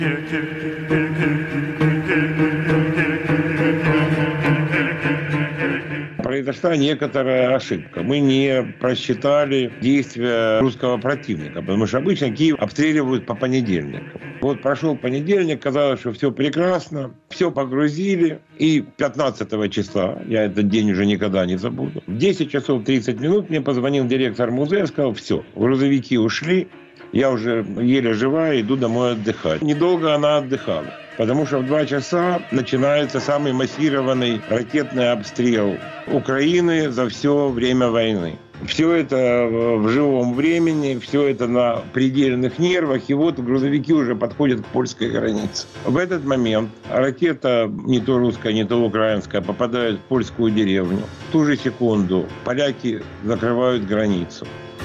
Произошла некоторая ошибка. Мы не просчитали действия русского противника, потому что обычно Киев обстреливают по понедельникам. Вот прошел понедельник, казалось, что все прекрасно, все погрузили, и 15 числа, я этот день уже никогда не забуду, в 10 часов 30 минут мне позвонил директор музея, сказал: все, грузовики ушли, я уже еле жива, иду домой отдыхать. Недолго она отдыхала, потому что в 2 часа начинается самый массированный ракетный обстрел Украины за все время войны. Все это в живом времени, все это на предельных нервах, и вот грузовики уже подходят к польской границе. В этот момент ракета, не то русская, не то украинская, попадает в польскую деревню. В ту же секунду поляки закрывают границу.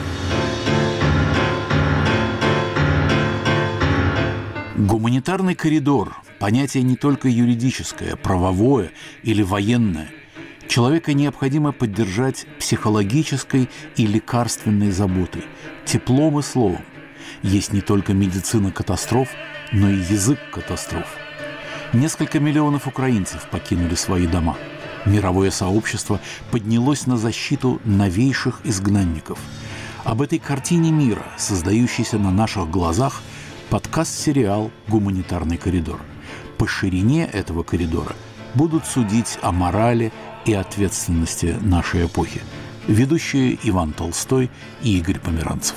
Гуманитарный коридор – понятие не только юридическое, правовое или военное. Человека необходимо поддержать психологической и лекарственной заботой, теплом и словом. Есть не только медицина катастроф, но и язык катастроф. Несколько миллионов украинцев покинули свои дома. Мировое сообщество поднялось на защиту новейших изгнанников. Об этой картине мира, создающейся на наших глазах, подкаст-сериал «Гуманитарный коридор». По ширине этого коридора будут судить о морали и ответственности нашей эпохи. Ведущие Иван Толстой и Игорь Померанцев.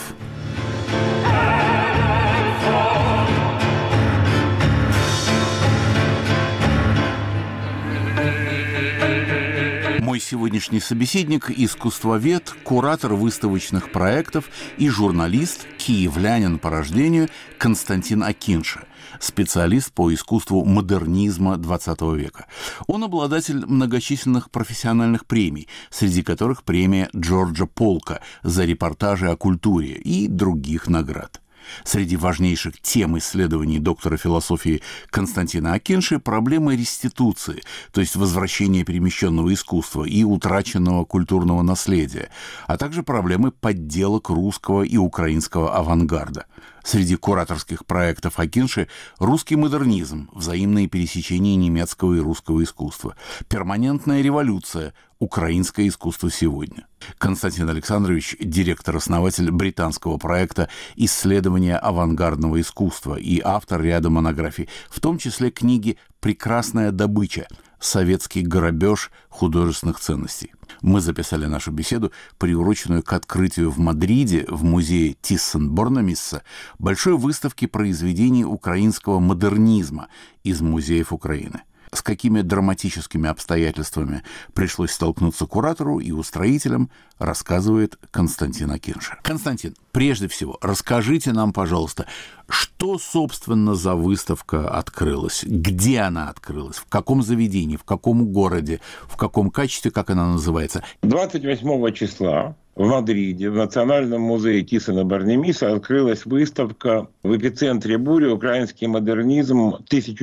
Мой сегодняшний собеседник – искусствовед, куратор выставочных проектов и журналист, киевлянин по рождению Константин Акинша, специалист по искусству модернизма XX века. Он обладатель многочисленных профессиональных премий, среди которых премия Джорджа Полка за репортажи о культуре и других наград. Среди важнейших тем исследований доктора философии Константина Акинши проблемы реституции, то есть возвращения перемещенного искусства и утраченного культурного наследия, а также проблемы подделок русского и украинского авангарда. Среди кураторских проектов Акинши русский модернизм, взаимные пересечения немецкого и русского искусства, перманентная революция, украинское искусство сегодня. Константин Александрович – директор-основатель британского проекта «Исследование авангардного искусства» и автор ряда монографий, в том числе книги «Прекрасная добыча. Советский грабеж художественных ценностей». Мы записали нашу беседу, приуроченную к открытию в Мадриде в музее Тиссен-Борнемисса большой выставки произведений украинского модернизма из музеев Украины. С какими драматическими обстоятельствами пришлось столкнуться куратору и устроителям, рассказывает Константин Акинша. Константин, прежде всего, расскажите нам, пожалуйста, что, собственно, за выставка открылась, где она открылась, в каком заведении, в каком городе, в каком качестве, как она называется? 28 числа в Мадриде, в Национальном музее Тиссена-Борнемисса открылась выставка в эпицентре бури «Украинский модернизм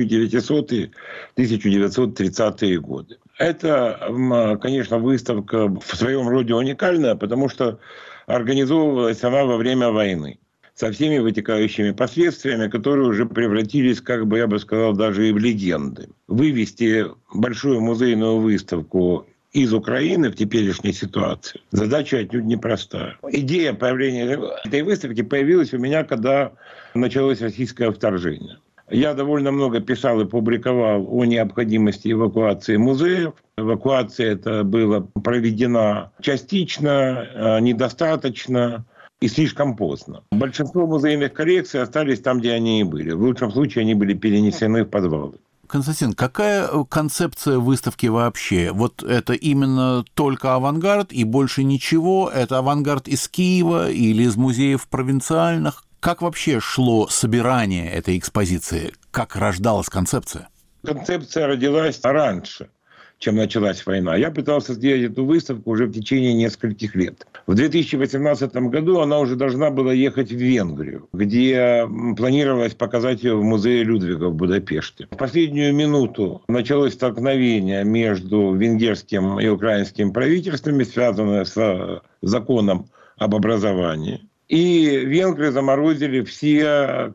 1900-1930-е годы». Это, конечно, выставка в своем роде уникальная, потому что организовывалась она во время войны, со всеми вытекающими последствиями, которые уже превратились, как бы я бы сказал, даже и в легенды. Вывести большую музейную выставку из Украины в теперешней ситуации задача отнюдь непростая. Идея появления этой выставки появилась у меня, когда началось российское вторжение. Я довольно много писал и публиковал о необходимости эвакуации музеев. Эвакуация эта была проведена частично, недостаточно и слишком поздно. Большинство музейных коллекций остались там, где они и были. В лучшем случае они были перенесены в подвалы. Константин, какая концепция выставки вообще? Вот это именно только авангард и больше ничего? Это авангард из Киева или из музеев провинциальных? Как вообще шло собирание этой экспозиции? Как рождалась концепция? Концепция родилась раньше, чем началась война. Я пытался сделать эту выставку уже в течение нескольких лет. В 2018 году она уже должна была ехать в Венгрию, где планировалось показать ее в музее Людвига в Будапеште. В последнюю минуту началось столкновение между венгерским и украинским правительствами, связанное с законом об образовании. И венгры заморозили все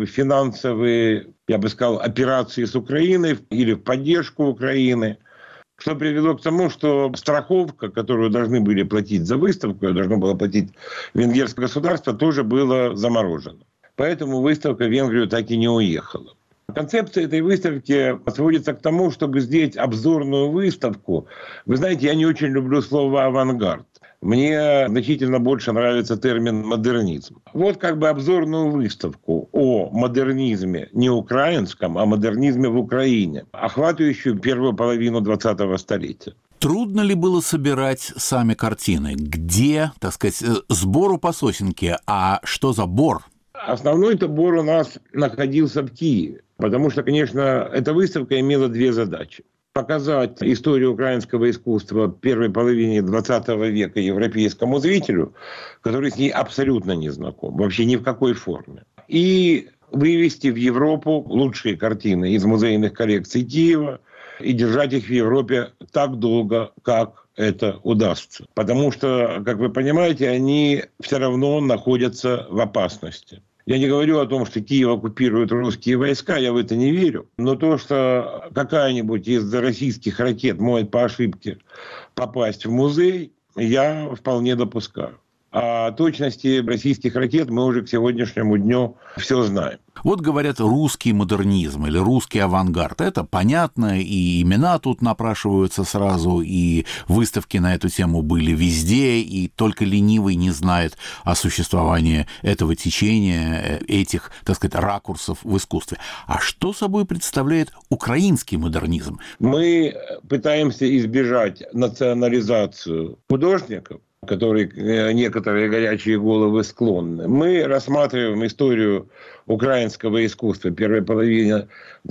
финансовые, я бы сказал, операции с Украиной или в поддержку Украины, что привело к тому, что страховка, которую должны были платить за выставку, должно было платить венгерское государство, тоже была заморожена. Поэтому выставка в Венгрию так и не уехала. Концепция этой выставки сводится к тому, чтобы сделать обзорную выставку. Вы знаете, я не очень люблю слово «авангард». Мне значительно больше нравится термин «модернизм». Вот обзорную выставку о модернизме не украинском, а модернизме в Украине, охватывающую первую половину 20-го столетия. Трудно ли было собирать сами картины? Где, так сказать, сбору по сосенке, а что за бор? Основной-то бор у нас находился в Киеве, потому что, конечно, эта выставка имела две задачи. Показать историю украинского искусства первой половины 20 века европейскому зрителю, который с ней абсолютно не знаком, вообще ни в какой форме. И вывести в Европу лучшие картины из музейных коллекций Киева и держать их в Европе так долго, как это удастся. Потому что, как вы понимаете, они все равно находятся в опасности. Я не говорю о том, что Киев оккупируют русские войска, я в это не верю. Но то, что какая-нибудь из российских ракет может по ошибке попасть в музей, я вполне допускаю. О точности российских ракет мы уже к сегодняшнему дню все знаем. Вот говорят русский модернизм или русский авангард. Это понятно, и имена тут напрашиваются сразу, и выставки на эту тему были везде, и только ленивый не знает о существовании этого течения, этих, так сказать, ракурсов в искусстве. А что собой представляет украинский модернизм? Мы пытаемся избежать национализацию художников, которые некоторые горячие головы склонны. Мы рассматриваем историю украинского искусства первой половины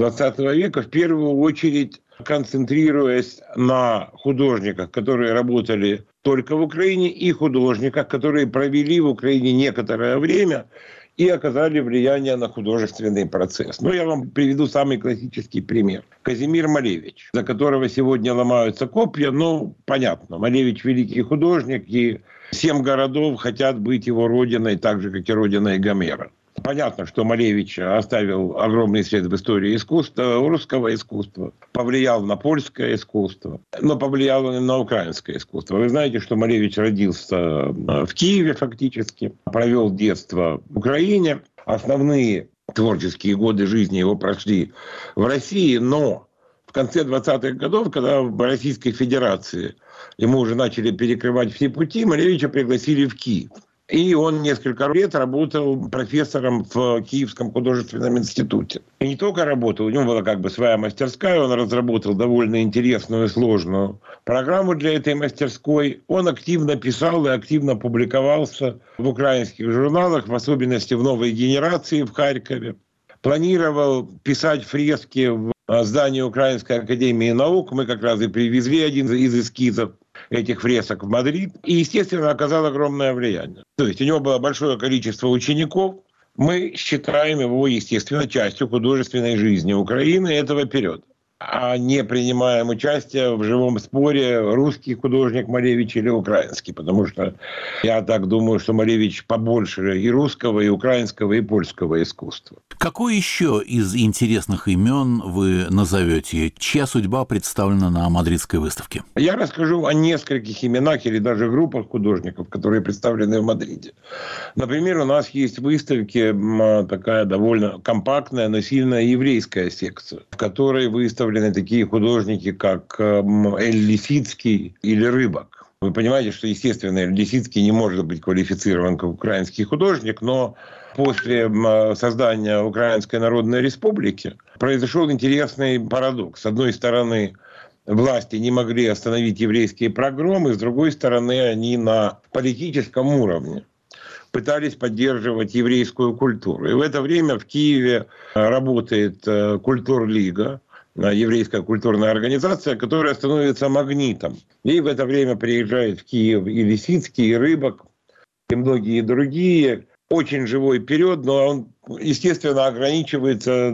XX века в первую очередь концентрируясь на художниках, которые работали только в Украине, и художниках, которые провели в Украине некоторое время и оказали влияние на художественный процесс. Я вам приведу самый классический пример. Казимир Малевич, за которого сегодня ломаются копья, понятно, Малевич великий художник, и 7 городов хотят быть его родиной, так же, как и родиной Гомера. Понятно, что Малевич оставил огромный след в истории искусства, русского искусства, повлиял на польское искусство, но повлиял он и на украинское искусство. Вы знаете, что Малевич родился в Киеве фактически, провел детство в Украине, основные творческие годы жизни его прошли в России, но в конце 20-х годов, когда в Российской Федерации ему уже начали перекрывать все пути, Малевича пригласили в Киев. И он несколько лет работал профессором в Киевском художественном институте. И не только работал, у него была своя мастерская, он разработал довольно интересную и сложную программу для этой мастерской. Он активно писал и активно публиковался в украинских журналах, в особенности в «Новой генерации» в Харькове. Планировал писать фрески в здании Украинской академии наук. Мы как раз и привезли один из эскизов этих фресок в Мадрид. И, естественно, оказал огромное влияние. То есть у него было большое количество учеников. Мы считаем его, естественно, частью художественной жизни Украины этого периода. А не принимаем участие в живом споре, русский художник Малевич или украинский. Потому что я так думаю, что Малевич побольше и русского, и украинского, и польского искусства. Какой еще из интересных имен вы назовете? Чья судьба представлена на мадридской выставке? Я расскажу о нескольких именах или даже группах художников, которые представлены в Мадриде. Например, у нас есть в выставке такая довольно компактная, но сильная еврейская секция, в которой выставлены такие художники, как Эль Лисицкий или Рыбак. Вы понимаете, что, естественно, Эль Лисицкий не может быть квалифицирован как украинский художник, но после создания Украинской Народной Республики произошел интересный парадокс. С одной стороны, власти не могли остановить еврейские погромы, с другой стороны, они на политическом уровне пытались поддерживать еврейскую культуру. И в это время в Киеве работает Культурлига, еврейская культурная организация, которая становится магнитом. И в это время приезжает в Киев и Лисицкий, и Рыбак, и многие другие. Очень живой период, но он, естественно, ограничивается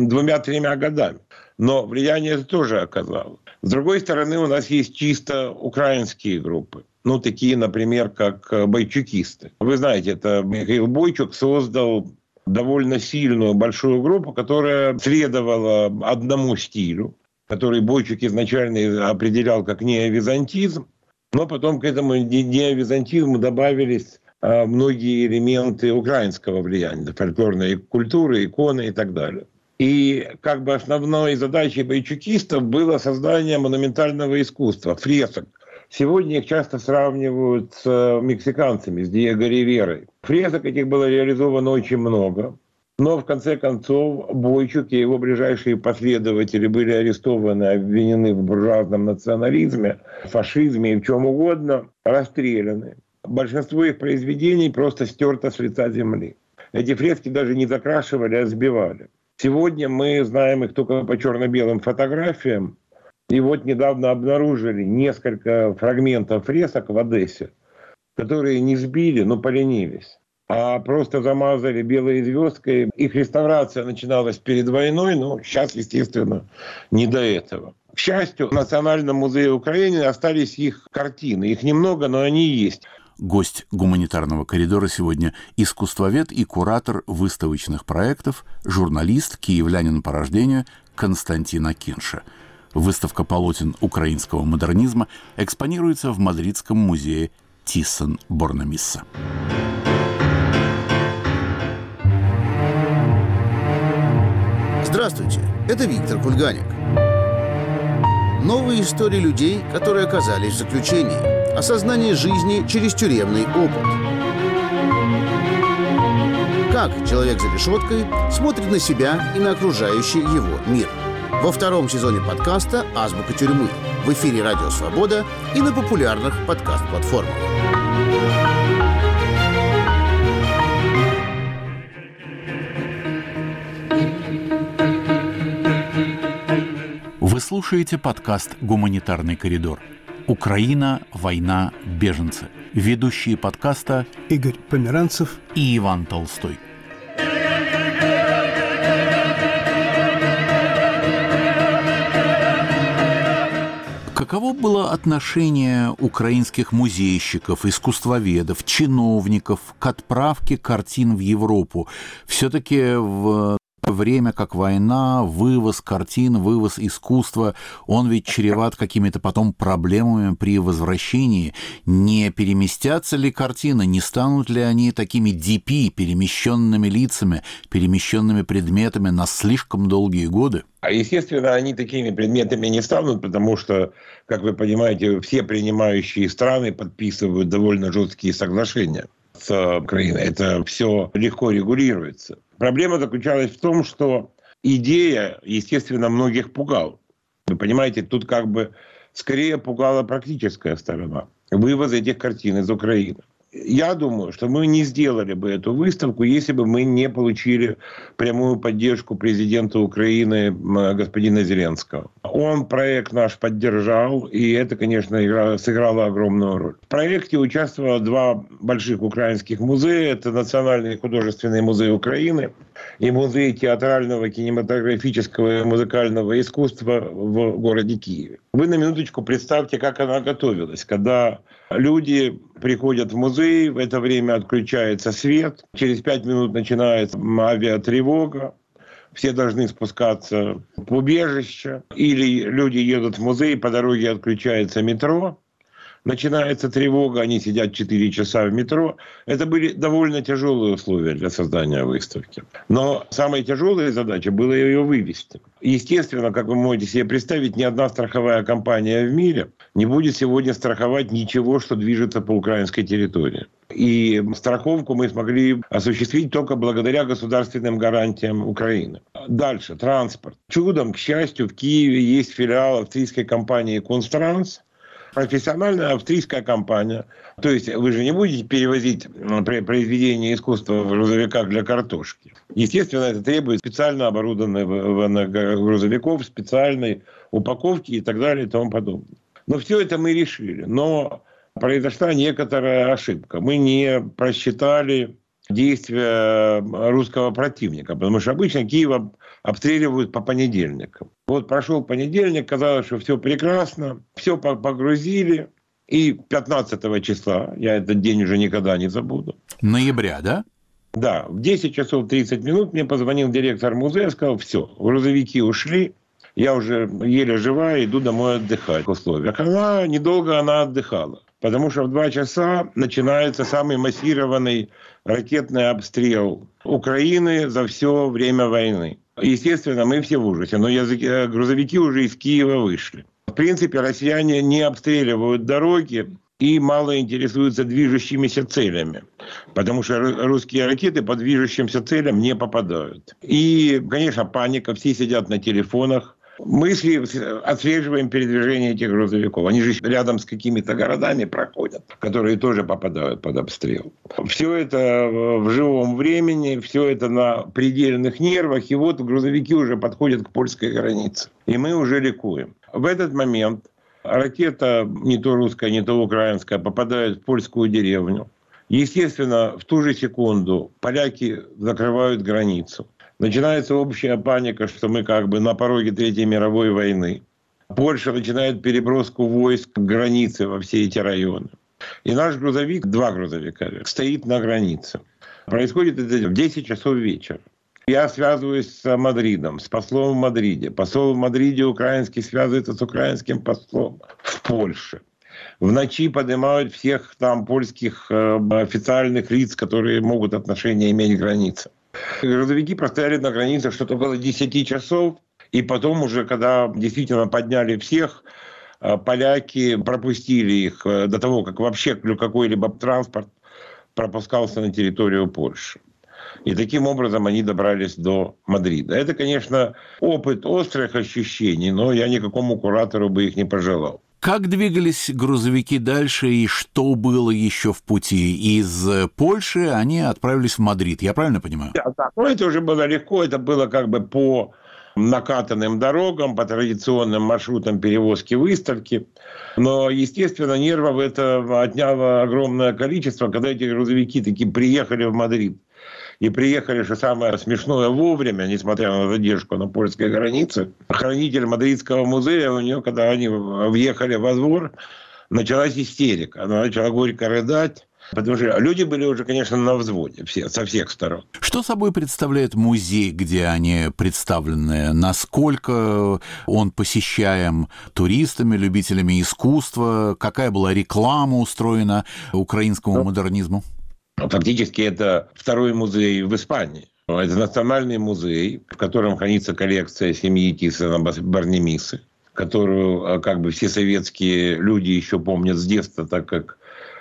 2-3 годами. Но влияние это тоже оказало. С другой стороны, у нас есть чисто украинские группы. Ну, такие, например, как бойчукисты. Вы знаете, это Михаил Бойчук создал довольно сильную, большую группу, которая следовала одному стилю, который Бойчук изначально определял как неовизантизм, но потом к этому неовизантизму добавились многие элементы украинского влияния, фольклорной культуры, иконы и так далее. И как бы основной задачей бойчукистов было создание монументального искусства, фресок. Сегодня их часто сравнивают с мексиканцами, с Диего Риверой. Фресок этих было реализовано очень много. Но, в конце концов, Бойчук и его ближайшие последователи были арестованы, обвинены в буржуазном национализме, фашизме и в чем угодно, расстреляны. Большинство их произведений просто стерто с лица земли. Эти фрески даже не закрашивали, а сбивали. Сегодня мы знаем их только по черно-белым фотографиям. И вот недавно обнаружили несколько фрагментов фресок в Одессе, которые не сбили, но поленились, а просто замазали белой звездкой. Их реставрация начиналась перед войной, но сейчас, естественно, не до этого. К счастью, в Национальном музее Украины остались их картины. Их немного, но они есть. Гость гуманитарного коридора сегодня – искусствовед и куратор выставочных проектов, журналист, киевлянин по рождению Константин Акинша. Выставка полотен украинского модернизма экспонируется в Мадридском музее Тиссен-Борнемисса. Здравствуйте, это Виктор Кульганик. Новые истории людей, которые оказались в заключении. Осознание жизни через тюремный опыт. Как человек за решеткой смотрит на себя и на окружающий его мир. Во втором сезоне подкаста «Азбука тюрьмы» в эфире «Радио Свобода» и на популярных подкаст-платформах. Вы слушаете подкаст «Гуманитарный коридор». Украина, война, беженцы. Ведущие подкаста Игорь Померанцев и Иван Толстой. Каково было отношение украинских музейщиков, искусствоведов, чиновников к отправке картин в Европу? Все-таки в время как война, вывоз картин, вывоз искусства, он ведь чреват какими-то потом проблемами при возвращении. Не переместятся ли картины, не станут ли они такими DP, перемещенными лицами, перемещенными предметами на слишком долгие годы? Естественно, они такими предметами не станут, потому что, как вы понимаете, все принимающие страны подписывают довольно жесткие соглашения с Украиной. Это все легко регулируется. Проблема заключалась в том, что идея, естественно, многих пугала. Вы понимаете, тут как бы скорее пугала практическая сторона вывоза этих картин из Украины. Я думаю, что мы не сделали бы эту выставку, если бы мы не получили прямую поддержку президента Украины господина Зеленского. Он проект наш поддержал, и это, конечно, сыграло огромную роль. В проекте участвовало два больших украинских музея. Это Национальный художественный музей Украины и музей театрального, кинематографического и музыкального искусства в городе Киеве. Вы на минуточку представьте, как она готовилась, когда люди приходят в музей, в это время отключается свет, через 5 минут начинается авиатревога, все должны спускаться в убежище, или люди едут в музей, по дороге отключается метро, начинается тревога, они сидят 4 часа в метро. Это были довольно тяжелые условия для создания выставки. Но самой тяжелой задачей было ее вывести. Естественно, как вы можете себе представить, ни одна страховая компания в мире не будет сегодня страховать ничего, что движется по украинской территории. И страховку мы смогли осуществить только благодаря государственным гарантиям Украины. Дальше, транспорт. Чудом, к счастью, в Киеве есть филиал австрийской компании «Констранс», профессиональная австрийская компания. То есть вы же не будете перевозить произведения искусства в грузовиках для картошки. Естественно, это требует специально оборудованных грузовиков, специальной упаковки и так далее и тому подобное. Но все это мы решили. Но произошла некоторая ошибка. Мы не просчитали действия русского противника, потому что обычно Киев обстреливают по понедельникам. Вот прошел понедельник, казалось, что все прекрасно, все погрузили, И 15 числа, я этот день уже никогда не забуду. Ноября, да? Да, в 10 часов 30 минут мне позвонил директор музея, сказал: все, грузовики ушли, я уже еле жива, иду домой отдыхать в условиях. Недолго она отдыхала, потому что в 2 часа начинается самый массированный ракетный обстрел Украины за все время войны. Естественно, мы все в ужасе, но грузовики уже из Киева вышли. В принципе, россияне не обстреливают дороги и мало интересуются движущимися целями, потому что русские ракеты по движущимся целям не попадают. И, конечно, паника, все сидят на телефонах. Мы отслеживаем передвижение этих грузовиков. Они же рядом с какими-то городами проходят, которые тоже попадают под обстрел. Все это в живом времени, все это на предельных нервах. И вот грузовики уже подходят к польской границе. И мы уже ликуем. В этот момент ракета, не то русская, не то украинская, попадает в польскую деревню. Естественно, в ту же секунду поляки закрывают границу. Начинается общая паника, что мы как бы на пороге Третьей мировой войны. Польша начинает переброску войск к границе во все эти районы. И наш грузовик, 2 грузовика, стоит на границе. Происходит это в 10 часов вечера. Я связываюсь с Мадридом, с послом в Мадриде. Посол в Мадриде украинский связывается с украинским послом в Польше. В ночи поднимают всех там польских официальных лиц, которые могут отношение иметь к границе. Грузовики простояли на границе что-то около 10 часов. И потом уже, когда действительно подняли всех, поляки пропустили их до того, как вообще какой-либо транспорт пропускался на территорию Польши. И таким образом они добрались до Мадрида. Это, конечно, опыт острых ощущений, но я никакому куратору бы их не пожелал. Как двигались грузовики дальше и что было еще в пути? Из Польши они отправились в Мадрид, я правильно понимаю? Да. Ну, это уже было легко, это было как бы по накатанным дорогам, по традиционным маршрутам перевозки выставки. Но, естественно, нервов это отняло огромное количество, когда эти грузовики таки приехали в Мадрид. И приехали, что самое смешное, вовремя, несмотря на задержку на польской границе. Хранитель Мадридского музея, у нее, когда они въехали во двор, началась истерика. Она начала горько рыдать. Потому что люди были уже, конечно, на взводе со всех сторон. Что собой представляет музей, где они представлены? Насколько он посещаем туристами, любителями искусства? Какая была реклама устроена украинскому модернизму? Фактически это 2-й музей в Испании. Это национальный музей, в котором хранится коллекция семьи Тиссона-Барнемисы, которую как бы все советские люди еще помнят с детства, так как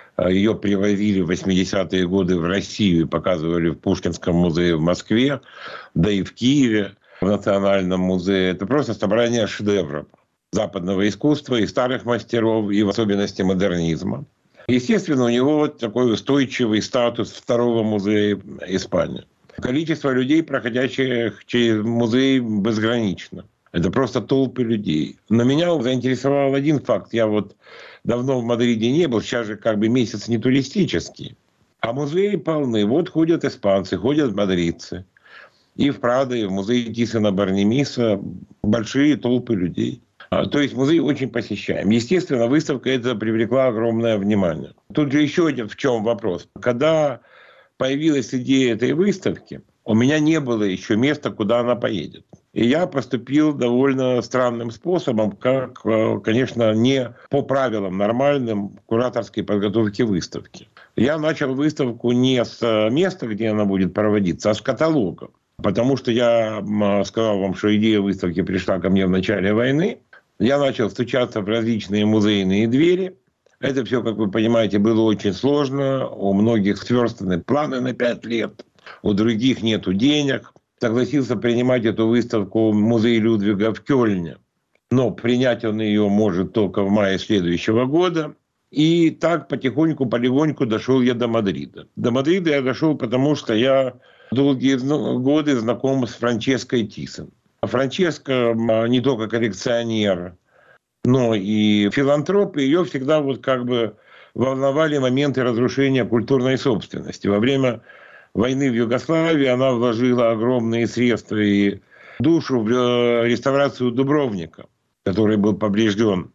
ее привозили в 80-е годы в Россию и показывали в Пушкинском музее в Москве, да и в Киеве, в Национальном музее. Это просто собрание шедевров западного искусства и старых мастеров, и в особенности модернизма. Естественно, у него вот такой устойчивый статус 2-го музея Испании. Количество людей, проходящих через музей, безгранично. Это просто толпы людей. Но меня заинтересовал один факт. Я вот давно в Мадриде не был, сейчас же как бы месяц не туристический. А музеи полны. Вот ходят испанцы, ходят мадридцы. И в Прадо, и в музее Тиссона-Барнемиса большие толпы людей. То есть музей очень посещаем. Естественно, выставка эта привлекла огромное внимание. Тут же еще один в чем вопрос. Когда появилась идея этой выставки, у меня не было еще места, куда она поедет. И я поступил довольно странным способом, как, конечно, не по правилам нормальным кураторской подготовки выставки. Я начал выставку не с места, где она будет проводиться, а с каталога. Потому что я сказал вам, что идея выставки пришла ко мне в начале войны. Я начал стучаться в различные музейные двери. Это все, как вы понимаете, было очень сложно. У многих сверстаны планы на 5 лет, у других нету денег. Согласился принимать эту выставку в музее Людвига в Кёльне. Но принять он ее может только в мае следующего года. И так потихоньку, полегоньку дошел я до Мадрида. До Мадрида я дошел, потому что я долгие годы знаком с Франческой Тиссон. Франческа не только коллекционер, но и филантроп. Ее всегда вот как бы волновали моменты разрушения культурной собственности. Во время войны в Югославии она вложила огромные средства и душу в реставрацию Дубровника, который был поврежден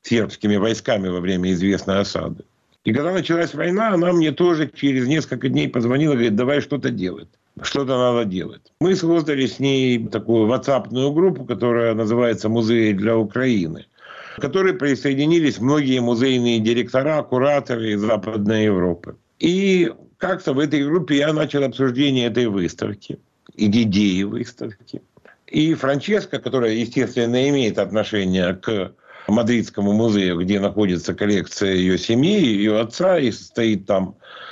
сербскими войсками во время известной осады. И когда началась война, она мне тоже через несколько дней позвонила и говорит, давай что-то делать. Что-то надо делать. Мы создали с ней такую WhatsApp-ную группу, которая называется «Музеи для Украины», к которой присоединились многие музейные директора, кураторы из Западной Европы. И как-то в этой группе я начал обсуждение этой выставки, идеи выставки. И Франческа, которая, естественно, имеет отношение к Мадридскому музею, где находится коллекция ее семьи, ее отца, и стоит там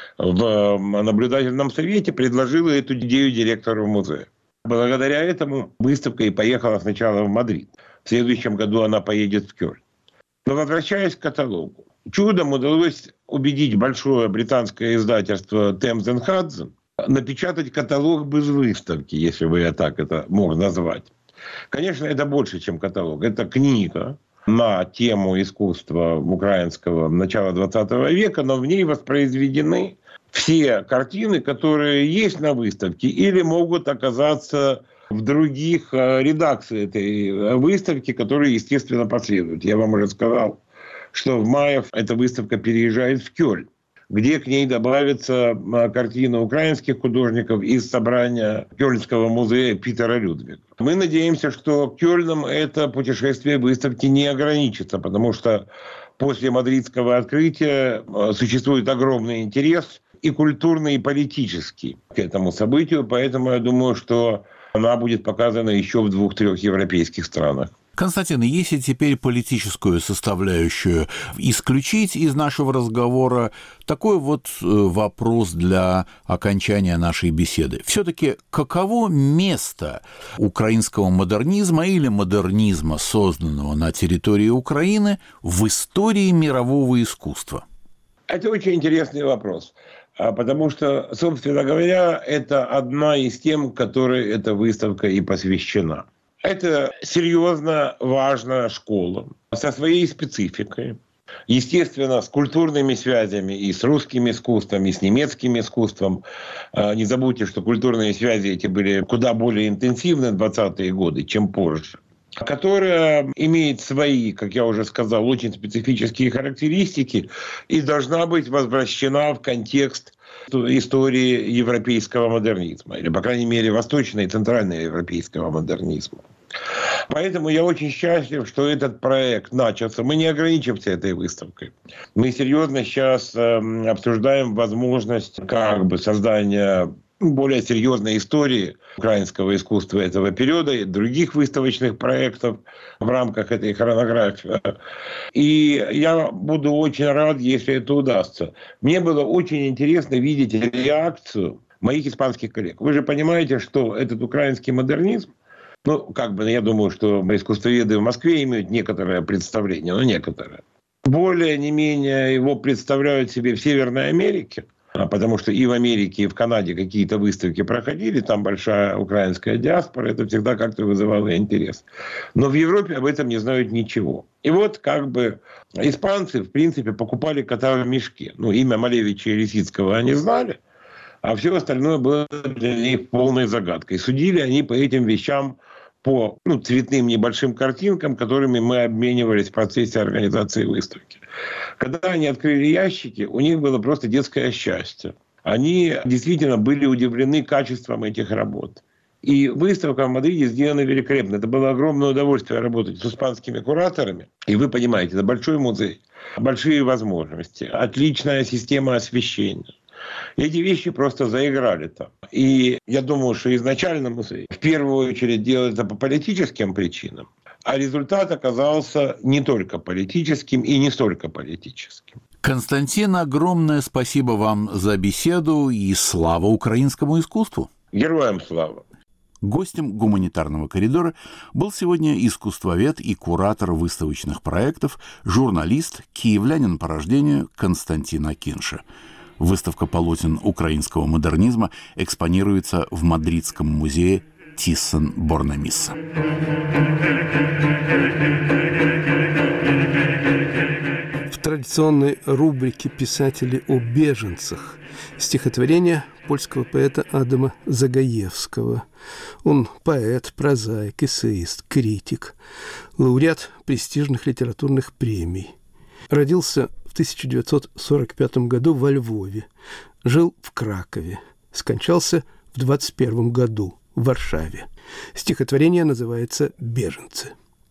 в наблюдательном совете, предложила эту идею директору музея. Благодаря этому выставка и поехала сначала в Мадрид. В следующем году она поедет в Кёльн. Но возвращаясь к каталогу. Чудом удалось убедить большое британское издательство Thames and Hudson напечатать каталог без выставки, если бы я так это мог назвать. Конечно, это больше, чем каталог. Это книга на тему искусства украинского начала XX века, но в ней воспроизведены все картины, которые есть на выставке или могут оказаться в других редакциях этой выставки, которые, естественно, последуют. Я вам уже сказал, что в мае эта выставка переезжает в Кёльн, где к ней добавится картина украинских художников из собрания Кёльнского музея Питера Людвига. Мы надеемся, что Кёльном это путешествие выставки не ограничится, потому что после мадридского открытия существует огромный интерес и культурный, и политический к этому событию, поэтому я думаю, что она будет показана еще в 2-3 европейских странах. Константин, если теперь политическую составляющую исключить из нашего разговора, такой вот вопрос для окончания нашей беседы. Все-таки каково место украинского модернизма или модернизма, созданного на территории Украины, в истории мирового искусства? Это очень интересный вопрос. Потому что, собственно говоря, это одна из тем, которой эта выставка и посвящена. Это серьезно важная школа со своей спецификой. Естественно, с культурными связями и с русским искусством, и с немецким искусством. Не забудьте, что культурные связи эти были куда более интенсивны в 20-е годы, чем позже. Которая имеет свои, как я уже сказал, очень специфические характеристики и должна быть возвращена в контекст истории европейского модернизма, или, по крайней мере, восточно- и центральноевропейского модернизма. Поэтому я очень счастлив, что этот проект начался. Мы не ограничимся этой выставкой. Мы серьезно сейчас обсуждаем возможность создания более серьезной истории украинского искусства этого периода и других выставочных проектов в рамках этой хронографии. И я буду очень рад, если это удастся. Мне было очень интересно видеть реакцию моих испанских коллег. Вы же понимаете, что этот украинский модернизм, я думаю, что искусствоведы в Москве имеют некоторое представление, но некоторое. Более не менее его представляют себе в Северной Америке, потому что и в Америке, и в Канаде какие-то выставки проходили, там большая украинская диаспора, это всегда как-то вызывало интерес. Но в Европе об этом не знают ничего. И вот испанцы, в принципе, покупали кота в мешке. Имя Малевича и Лисицкого они знали, а все остальное было для них полной загадкой. Судили они по этим вещам по цветным небольшим картинкам, которыми мы обменивались в процессе организации выставки. Когда они открыли ящики, у них было просто детское счастье. Они действительно были удивлены качеством этих работ. И выставка в Мадриде сделана великолепно. Это было огромное удовольствие работать с испанскими кураторами. И вы понимаете, это большой музей, большие возможности, отличная система освещения. Эти вещи просто заиграли там. И я думаю, что изначально музей в первую очередь делал это по политическим причинам, а результат оказался не только политическим и не столько политическим. Константин, огромное спасибо вам за беседу и слава украинскому искусству. Героям слава. Гостем гуманитарного коридора был сегодня искусствовед и куратор выставочных проектов, журналист, киевлянин по рождению Константин Акинша. Выставка полотен украинского модернизма экспонируется в Мадридском музее Тиссен-Борнемисса. В традиционном традиционной рубрике «Писатели о беженцах» стихотворение польского поэта Адама Загаевского. Он поэт, прозаик, эссеист, критик, лауреат престижных литературных премий. Родился в 1945 году во Львове, жил в Кракове, скончался в 1921 году в Варшаве. Стихотворение называется «Беженцы».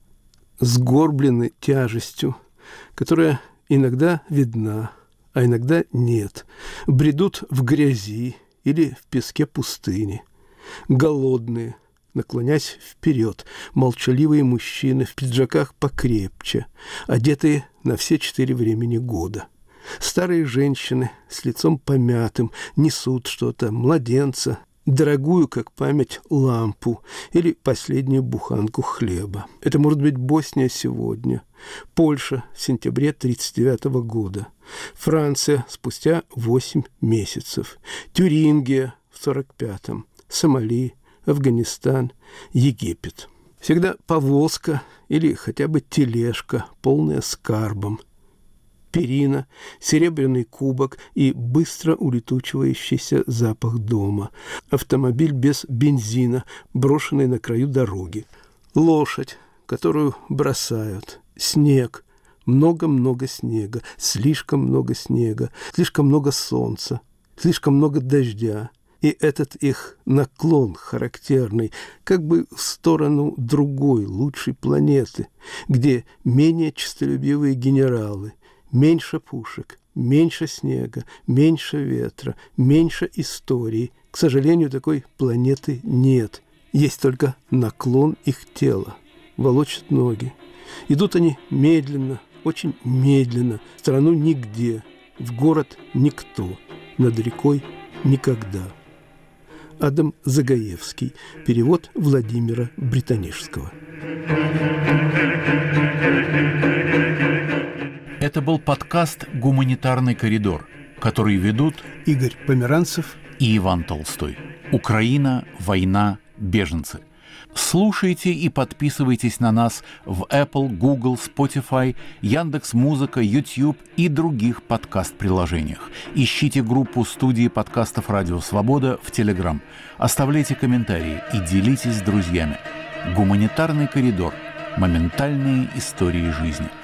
Сгорблены тяжестью, которая иногда видна, а иногда нет, бредут в грязи или в песке пустыни. Голодные, наклонясь вперед, молчаливые мужчины в пиджаках покрепче, одетые на все 4 времени года. Старые женщины с лицом помятым несут что-то, младенца, дорогую, как память, лампу или последнюю буханку хлеба. Это может быть Босния сегодня, Польша в сентябре 1939 года, Франция спустя 8 месяцев, Тюрингия в 1945-м, Сомали, Афганистан, Египет. Всегда повозка или хотя бы тележка, полная скарбом. Перина, серебряный кубок и быстро улетучивающийся запах дома. Автомобиль без бензина, брошенный на краю дороги. Лошадь, которую бросают. Снег. Много-много снега. Слишком много снега. Слишком много солнца. Слишком много дождя. И этот их наклон характерный, как бы в сторону другой, лучшей планеты, где менее честолюбивые генералы, меньше пушек, меньше снега, меньше ветра, меньше истории. К сожалению, такой планеты нет. Есть только наклон их тела. Волочат ноги. Идут они медленно, очень медленно. В страну нигде, в город никто, над рекой никогда. Адам Загаевский. Перевод Владимира Британишского. Это был подкаст «Гуманитарный коридор», который ведут Игорь Померанцев и Иван Толстой. Украина, война, беженцы. Слушайте и подписывайтесь на нас в Apple, Google, Spotify, Яндекс.Музыка, YouTube и других подкаст-приложениях. Ищите группу студии подкастов «Радио Свобода» в Telegram. Оставляйте комментарии и делитесь с друзьями. «Гуманитарный коридор». Моментальные истории жизни.